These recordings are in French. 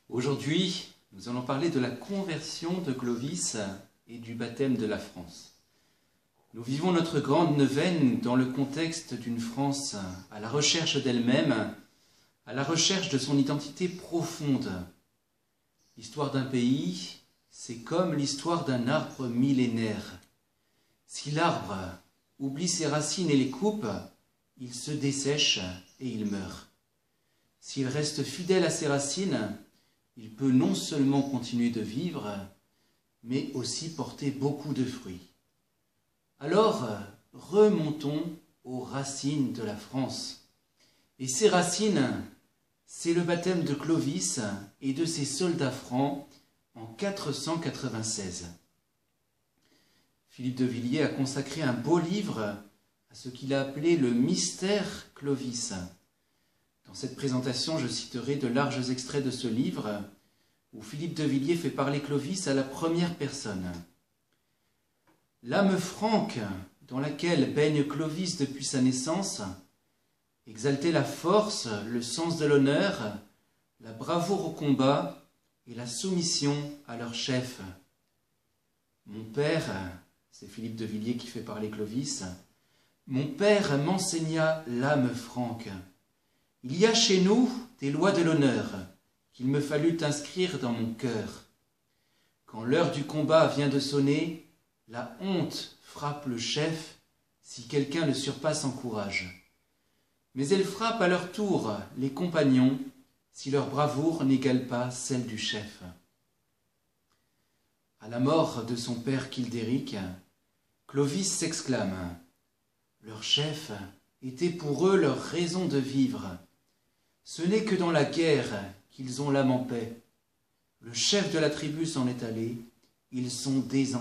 Aujourd'hui, nous allons parler de la conversion de Clovis et du baptême de la France. Nous vivons notre grande neuvaine dans le contexte d'une France à la recherche d'elle-même, à la recherche de son identité profonde. L'histoire d'un pays, c'est comme l'histoire d'un arbre millénaire. Si l'arbre oublie ses racines et les coupe, il se dessèche et il meurt. S'il reste fidèle à ses racines, il peut non seulement continuer de vivre, mais aussi porter beaucoup de fruits. Alors, remontons aux racines de la France. Et ces racines, c'est le baptême de Clovis et de ses soldats francs en 496. Philippe de Villiers a consacré un beau livre à ce qu'il a appelé le mystère Clovis. Dans cette présentation, je citerai de larges extraits de ce livre où Philippe de Villiers fait parler Clovis à la première personne. L'âme franque dans laquelle baigne Clovis depuis sa naissance exaltait la force, le sens de l'honneur, la bravoure au combat et la soumission à leur chef. Mon père, c'est Philippe de Villiers qui fait parler Clovis, mon père m'enseigna l'âme franque. Il y a chez nous des lois de l'honneur qu'il me fallut inscrire dans mon cœur. Quand l'heure du combat vient de sonner, la honte frappe le chef si quelqu'un le surpasse en courage. Mais elle frappe à leur tour les compagnons si leur bravoure n'égale pas celle du chef. À la mort de son père Childéric, Clovis s'exclame « Leur chef était pour eux leur raison de vivre. Ce n'est que dans la guerre qu'ils ont l'âme en paix. Le chef de la tribu s'en est allé, ils sont désemparés. »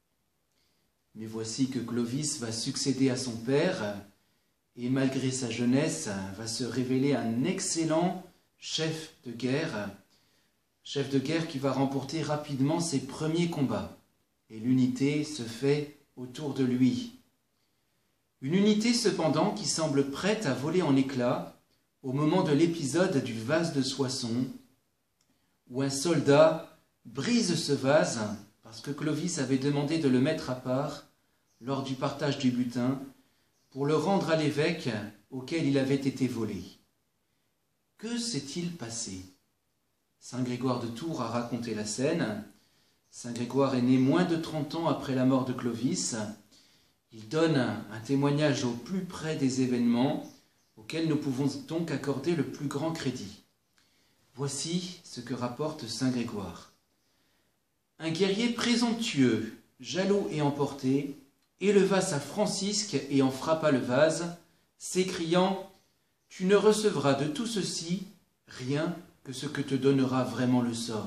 Mais voici que Clovis va succéder à son père et malgré sa jeunesse va se révéler un excellent chef de guerre qui va remporter rapidement ses premiers combats. Et l'unité se fait autour de lui. Une unité cependant qui semble prête à voler en éclats au moment de l'épisode du vase de Soissons, où un soldat brise ce vase parce que Clovis avait demandé de le mettre à part lors du partage du butin pour le rendre à l'évêque auquel il avait été volé. Que s'est-il passé? Saint Grégoire de Tours a raconté la scène. Saint Grégoire est né moins de 30 ans après la mort de Clovis. Il donne un témoignage au plus près des événements auxquels nous pouvons donc accorder le plus grand crédit. Voici ce que rapporte Saint Grégoire. Un guerrier présomptueux, jaloux et emporté, éleva sa francisque et en frappa le vase, s'écriant « Tu ne recevras de tout ceci rien que ce que te donnera vraiment le sort. »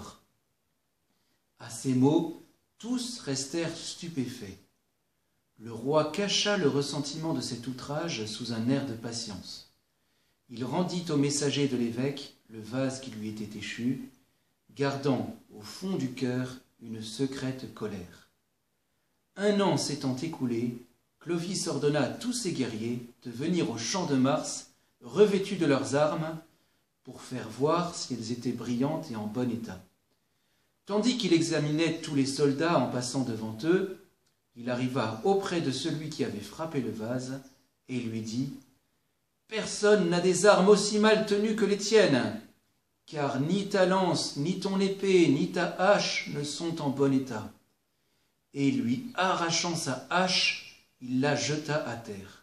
À ces mots, tous restèrent stupéfaits. Le roi cacha le ressentiment de cet outrage sous un air de patience. Il rendit au messager de l'évêque le vase qui lui était échu, gardant au fond du cœur une secrète colère. 1 an s'étant écoulé, Clovis ordonna à tous ses guerriers de venir au champ de Mars, revêtus de leurs armes, pour faire voir si elles étaient brillantes et en bon état. Tandis qu'il examinait tous les soldats en passant devant eux, il arriva auprès de celui qui avait frappé le vase et lui dit « Personne n'a des armes aussi mal tenues que les tiennes, car ni ta lance, ni ton épée, ni ta hache ne sont en bon état. » Et lui arrachant sa hache, il la jeta à terre.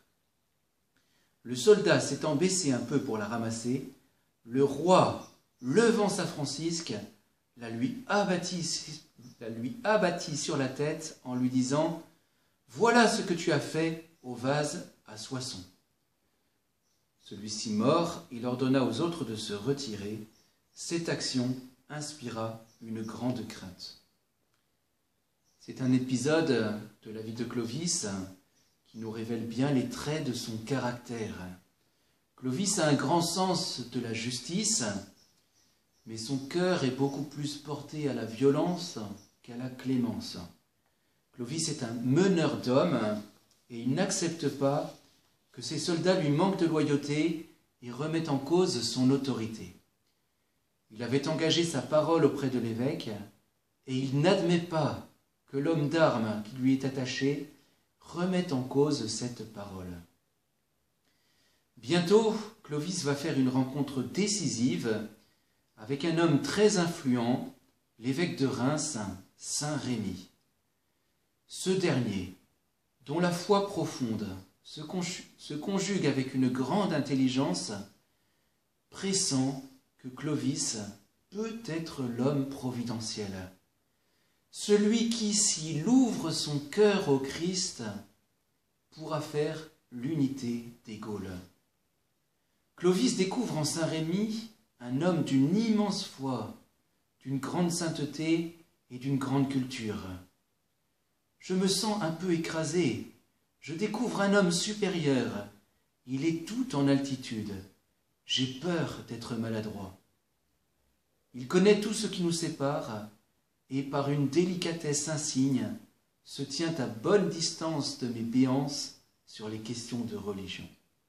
Le soldat s'étant baissé un peu pour la ramasser, le roi, levant sa francisque, la lui abattit sur la tête en lui disant « Voilà ce que tu as fait au vase à Soissons. » Celui-ci mort, il ordonna aux autres de se retirer. Cette action inspira une grande crainte. C'est un épisode de la vie de Clovis qui nous révèle bien les traits de son caractère. Clovis a un grand sens de la justice, mais son cœur est beaucoup plus porté à la violence qu'à la clémence. Clovis est un meneur d'hommes et il n'accepte pas que ses soldats lui manquent de loyauté et remettent en cause son autorité. Il avait engagé sa parole auprès de l'évêque, et il n'admet pas que l'homme d'armes qui lui est attaché remette en cause cette parole. Bientôt, Clovis va faire une rencontre décisive avec un homme très influent, l'évêque de Reims, saint Rémi. Ce dernier, dont la foi profonde se conjugue avec une grande intelligence, pressent que Clovis peut être l'homme providentiel, celui qui, s'il ouvre son cœur au Christ, pourra faire l'unité des Gaules. Clovis découvre en saint Rémi un homme d'une immense foi, d'une grande sainteté et d'une grande culture. Je me sens un peu écrasé. Je découvre un homme supérieur. Il est tout en altitude. J'ai peur d'être maladroit. Il connaît tout ce qui nous sépare et par une délicatesse insigne se tient à bonne distance de mes béances sur les questions de religion.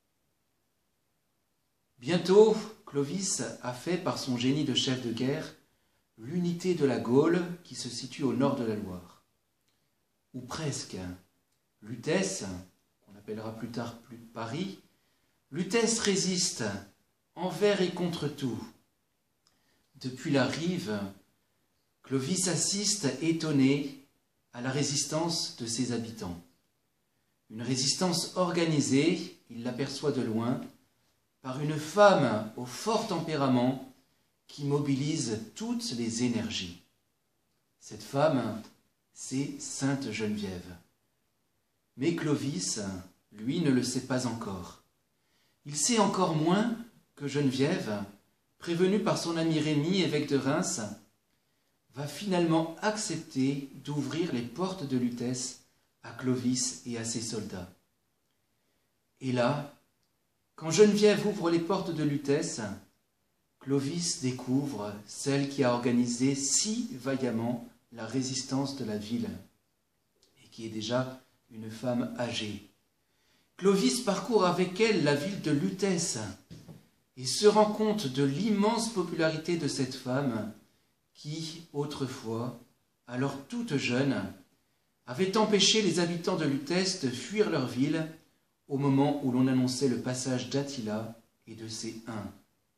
Bientôt, Clovis a fait par son génie de chef de guerre l'unité de la Gaule qui se situe au nord de la Loire. Ou presque. Lutèce, qu'on appellera plus tard Paris, Lutèce résiste envers et contre tout. Depuis la rive, Clovis assiste étonné à la résistance de ses habitants. Une résistance organisée, il l'aperçoit de loin, par une femme au fort tempérament qui mobilise toutes les énergies. Cette femme, c'est Sainte Geneviève. Mais Clovis, lui, ne le sait pas encore. Il sait encore moins que Geneviève, prévenue par son ami Rémi, évêque de Reims, va finalement accepter d'ouvrir les portes de Lutèce à Clovis et à ses soldats. Et là, quand Geneviève ouvre les portes de Lutèce, Clovis découvre celle qui a organisé si vaillamment la résistance de la ville, et qui est déjà une femme âgée. Clovis parcourt avec elle la ville de Lutèce et se rend compte de l'immense popularité de cette femme qui, autrefois, alors toute jeune, avait empêché les habitants de Lutèce de fuir leur ville au moment où l'on annonçait le passage d'Attila et de ses Huns.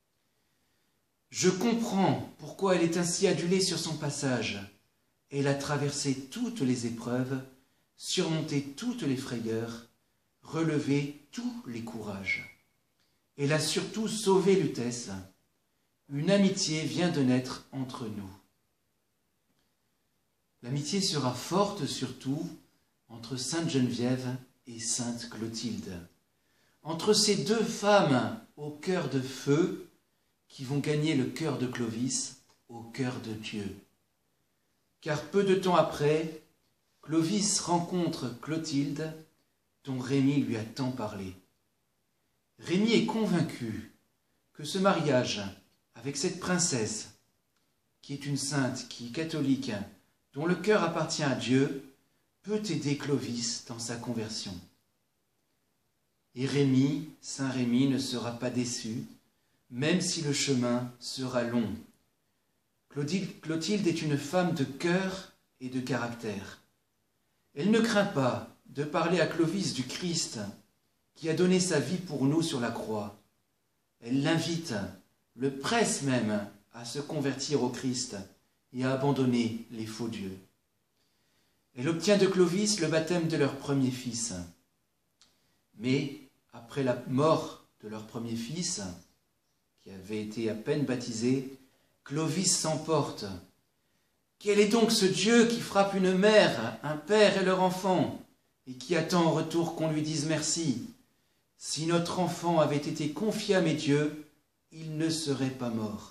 Je comprends pourquoi elle est ainsi adulée sur son passage. Elle a traversé toutes les épreuves, surmonté toutes les frayeurs, relevé tous les courages. Elle a surtout sauvé Lutèce. Une amitié vient de naître entre nous. L'amitié sera forte surtout entre Sainte Geneviève et Sainte Clotilde, entre ces deux femmes au cœur de feu qui vont gagner le cœur de Clovis au cœur de Dieu. Car peu de temps après, Clovis rencontre Clotilde, dont Rémi lui a tant parlé. Rémi est convaincu que ce mariage avec cette princesse, qui est une sainte, qui est catholique, dont le cœur appartient à Dieu, peut aider Clovis dans sa conversion. Et Rémi, saint Rémi, ne sera pas déçu, même si le chemin sera long. Clotilde est une femme de cœur et de caractère. Elle ne craint pas de parler à Clovis du Christ, qui a donné sa vie pour nous sur la croix. Elle l'invite, le presse même, à se convertir au Christ et à abandonner les faux dieux. Elle obtient de Clovis le baptême de leur premier fils. Mais, après la mort de leur premier fils, qui avait été à peine baptisé, Clovis s'emporte. Quel est donc ce Dieu qui frappe une mère, un père et leur enfant, et qui attend en retour qu'on lui dise merci? Si notre enfant avait été confié à mes dieux, il ne serait pas mort.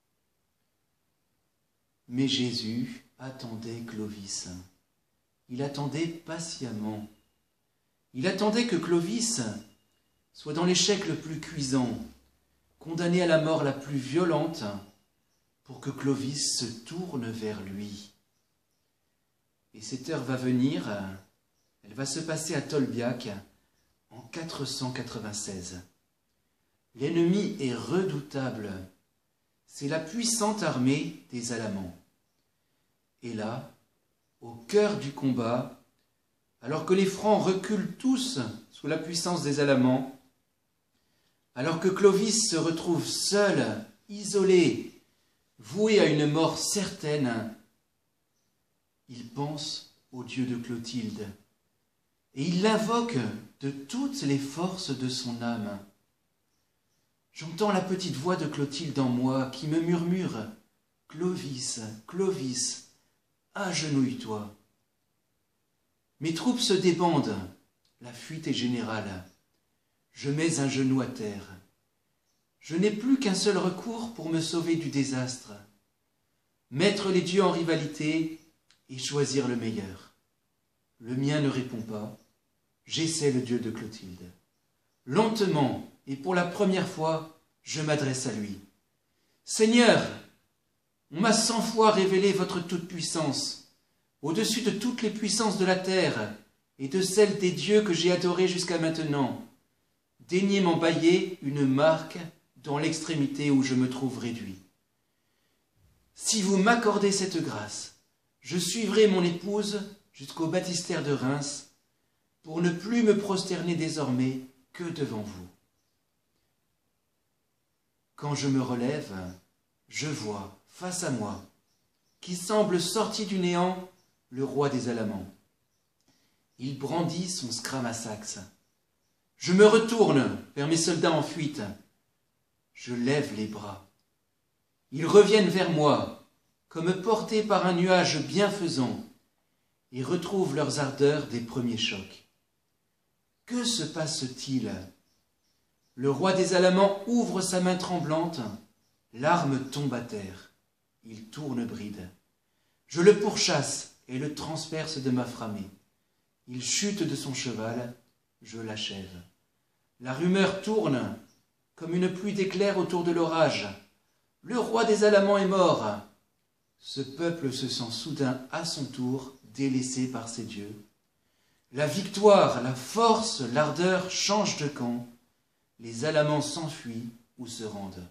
Mais Jésus attendait Clovis. Il attendait patiemment. Il attendait que Clovis soit dans l'échec le plus cuisant, condamné à la mort la plus violente, pour que Clovis se tourne vers lui. Et cette heure va venir, elle va se passer à Tolbiac en 496. L'ennemi est redoutable. c'est la puissante armée des Alamans. Et là, au cœur du combat, alors que les Francs reculent tous sous la puissance des Alamans, alors que Clovis se retrouve seul, isolé, voué à une mort certaine, il pense au Dieu de Clotilde et il l'invoque de toutes les forces de son âme. J'entends la petite voix de Clotilde en moi qui me murmure « Clovis, Clovis, agenouille-toi ». Mes troupes se débandent, la fuite est générale. Je mets un genou à terre. Je n'ai plus qu'un seul recours pour me sauver du désastre. Mettre les dieux en rivalité et choisir le meilleur. Le mien ne répond pas. J'essaie le Dieu de Clotilde. Lentement et pour la première fois, je m'adresse à lui. Seigneur, on m'a 100 fois révélé votre toute-puissance, au-dessus de toutes les puissances de la terre et de celles des dieux que j'ai adorés jusqu'à maintenant. Daignez m'embailler une marque dans l'extrémité où je me trouve réduit. Si vous m'accordez cette grâce, je suivrai mon épouse jusqu'au baptistère de Reims pour ne plus me prosterner désormais que devant vous. Quand je me relève, je vois, face à moi, qui semble sorti du néant, le roi des Alamans. Il brandit son scramasax. Je me retourne vers mes soldats en fuite. Je lève les bras. Ils reviennent vers moi, comme portés par un nuage bienfaisant, et retrouvent leurs ardeurs des premiers chocs. Que se passe-t-il? Le roi des Alamans ouvre sa main tremblante, l'arme tombe à terre. Il tourne bride. Je le pourchasse et le transperce de ma framée. Il chute de son cheval, je l'achève. La rumeur tourne comme une pluie d'éclairs autour de l'orage. Le roi des Alamans est mort. Ce peuple se sent soudain à son tour délaissé par ses dieux. La victoire, la force, l'ardeur changent de camp. Les Alamans s'enfuient ou se rendent.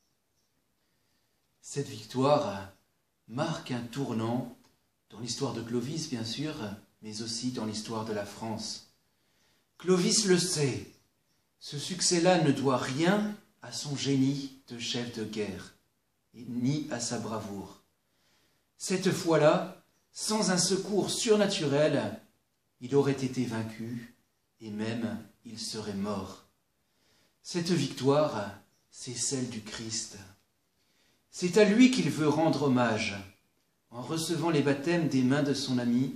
Cette victoire marque un tournant dans l'histoire de Clovis, bien sûr, mais aussi dans l'histoire de la France. Clovis le sait, ce succès-là ne doit rien à son génie de chef de guerre, ni à sa bravoure. Cette fois-là, sans un secours surnaturel, il aurait été vaincu et même il serait mort. Cette victoire, c'est celle du Christ. C'est à lui qu'il veut rendre hommage, en recevant les baptêmes des mains de son ami,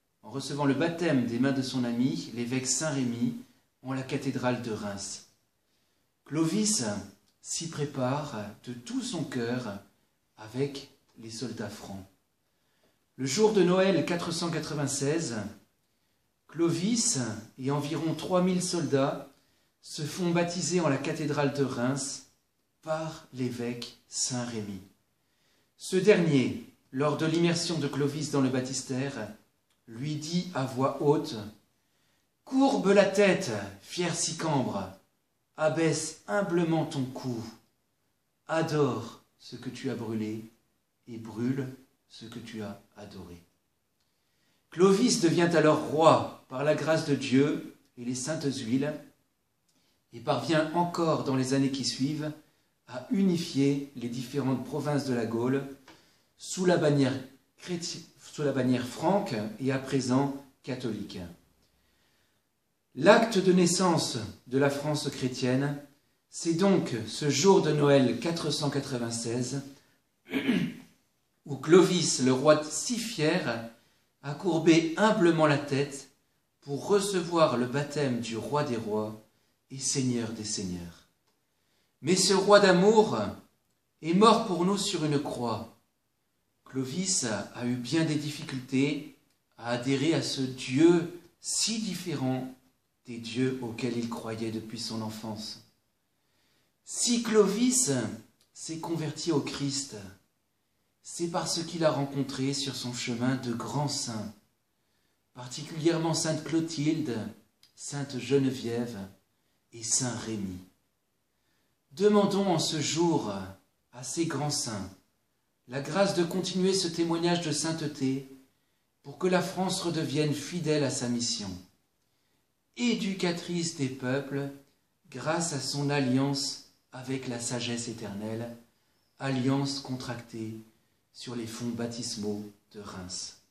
l'évêque Saint-Rémy, en la cathédrale de Reims. Clovis s'y prépare de tout son cœur avec les soldats francs. Le jour de Noël 496, Clovis et environ 3000 soldats se font baptiser en la cathédrale de Reims par l'évêque Saint-Rémy. Ce dernier, lors de l'immersion de Clovis dans le baptistère, lui dit à voix haute « Courbe la tête, fier Sicambre, abaisse humblement ton cou, adore ce que tu as brûlé et brûle ce que tu as adoré. » Clovis devient alors roi par la grâce de Dieu et les saintes huiles et parvient encore dans les années qui suivent à unifier les différentes provinces de la Gaule sous la bannière franque et à présent catholique. L'acte de naissance de la France chrétienne, c'est donc ce jour de Noël 496 où Clovis, le roi si fier, a courbé humblement la tête pour recevoir le baptême du roi des rois et seigneur des seigneurs. Mais ce roi d'amour est mort pour nous sur une croix. Clovis a eu bien des difficultés à adhérer à ce Dieu si différent des dieux auxquels il croyait depuis son enfance. Si Clovis s'est converti au Christ, c'est parce qu'il a rencontré sur son chemin de grands saints, particulièrement sainte Clotilde, sainte Geneviève et saint Rémy. Demandons en ce jour à ces grands saints la grâce de continuer ce témoignage de sainteté pour que la France redevienne fidèle à sa mission, éducatrice des peuples grâce à son alliance avec la sagesse éternelle, alliance contractée sur les fonds baptismaux de Reims.